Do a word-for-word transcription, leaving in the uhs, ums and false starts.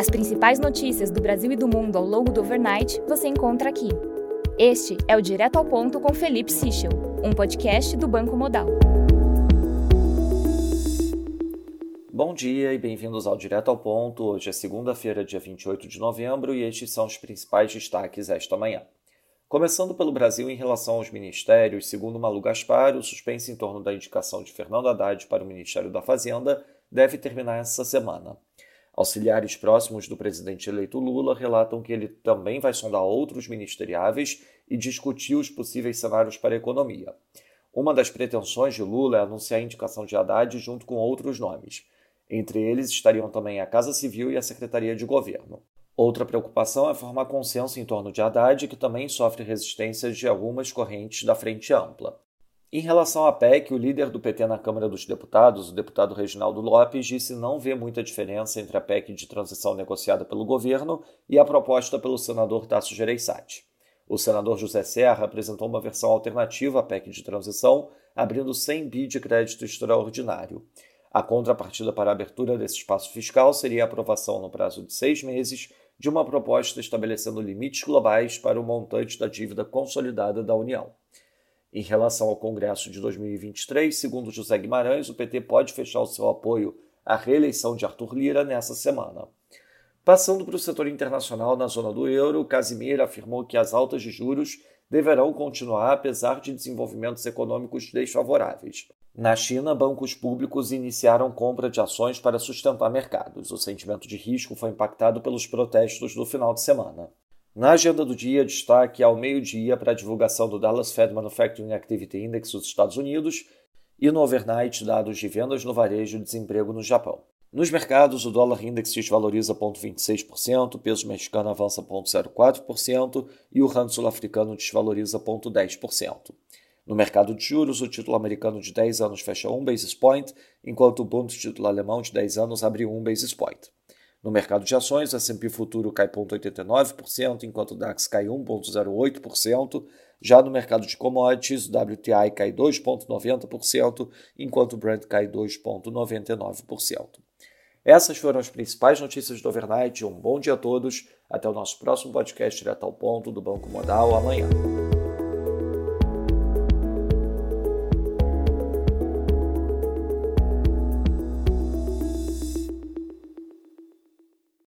As principais notícias do Brasil e do mundo ao longo do overnight você encontra aqui. Este é o Direto ao Ponto com Felipe Sichel, um podcast do Banco Modal. Bom dia e bem-vindos ao Direto ao Ponto. Hoje é segunda-feira, dia vinte e oito de novembro, e estes são os principais destaques esta manhã. Começando pelo Brasil, em relação aos ministérios, segundo Malu Gaspar, o suspense em torno da indicação de Fernando Haddad para o Ministério da Fazenda deve terminar essa semana. Auxiliares próximos do presidente eleito Lula relatam que ele também vai sondar outros ministeriáveis e discutir os possíveis cenários para a economia. Uma das pretensões de Lula é anunciar a indicação de Haddad junto com outros nomes. Entre eles estariam também a Casa Civil e a Secretaria de Governo. Outra preocupação é formar consenso em torno de Haddad, que também sofre resistências de algumas correntes da Frente Ampla. Em relação à P E C, o líder do P T na Câmara dos Deputados, o deputado Reginaldo Lopes, disse não ver muita diferença entre a P E C de transição negociada pelo governo e a proposta pelo senador Tasso Gereissati. O senador José Serra apresentou uma versão alternativa à P E C de transição, abrindo cem bi de crédito extraordinário. A contrapartida para a abertura desse espaço fiscal seria a aprovação no prazo de seis meses de uma proposta estabelecendo limites globais para o montante da dívida consolidada da União. Em relação ao Congresso de dois mil e vinte e três, segundo José Guimarães, o P T pode fechar o seu apoio à reeleição de Arthur Lira nessa semana. Passando para o setor internacional, na zona do euro, Casimir afirmou que as altas de juros deverão continuar apesar de desenvolvimentos econômicos desfavoráveis. Na China, bancos públicos iniciaram compra de ações para sustentar mercados. O sentimento de risco foi impactado pelos protestos do final de semana. Na agenda do dia, destaque ao meio-dia para a divulgação do Dallas Fed Manufacturing Activity Index dos Estados Unidos e no overnight dados de vendas no varejo e desemprego no Japão. Nos mercados, o dólar index desvaloriza zero vírgula vinte e seis por cento, o peso mexicano avança zero vírgula zero quatro por cento e o rand sul-africano desvaloriza zero vírgula dez por cento. No mercado de juros, o título americano de dez anos fecha um basis point, enquanto o Bund título alemão de dez anos abre um basis point. No mercado de ações, o S and P futuro cai zero vírgula oitenta e nove por cento, enquanto o DAX cai um vírgula zero oito por cento. Já no mercado de commodities, o W T I cai dois vírgula noventa por cento, enquanto o Brent cai dois vírgula noventa e nove por cento. Essas foram as principais notícias do overnight. Um bom dia a todos. Até o nosso próximo podcast Direto ao Ponto do Banco Modal amanhã.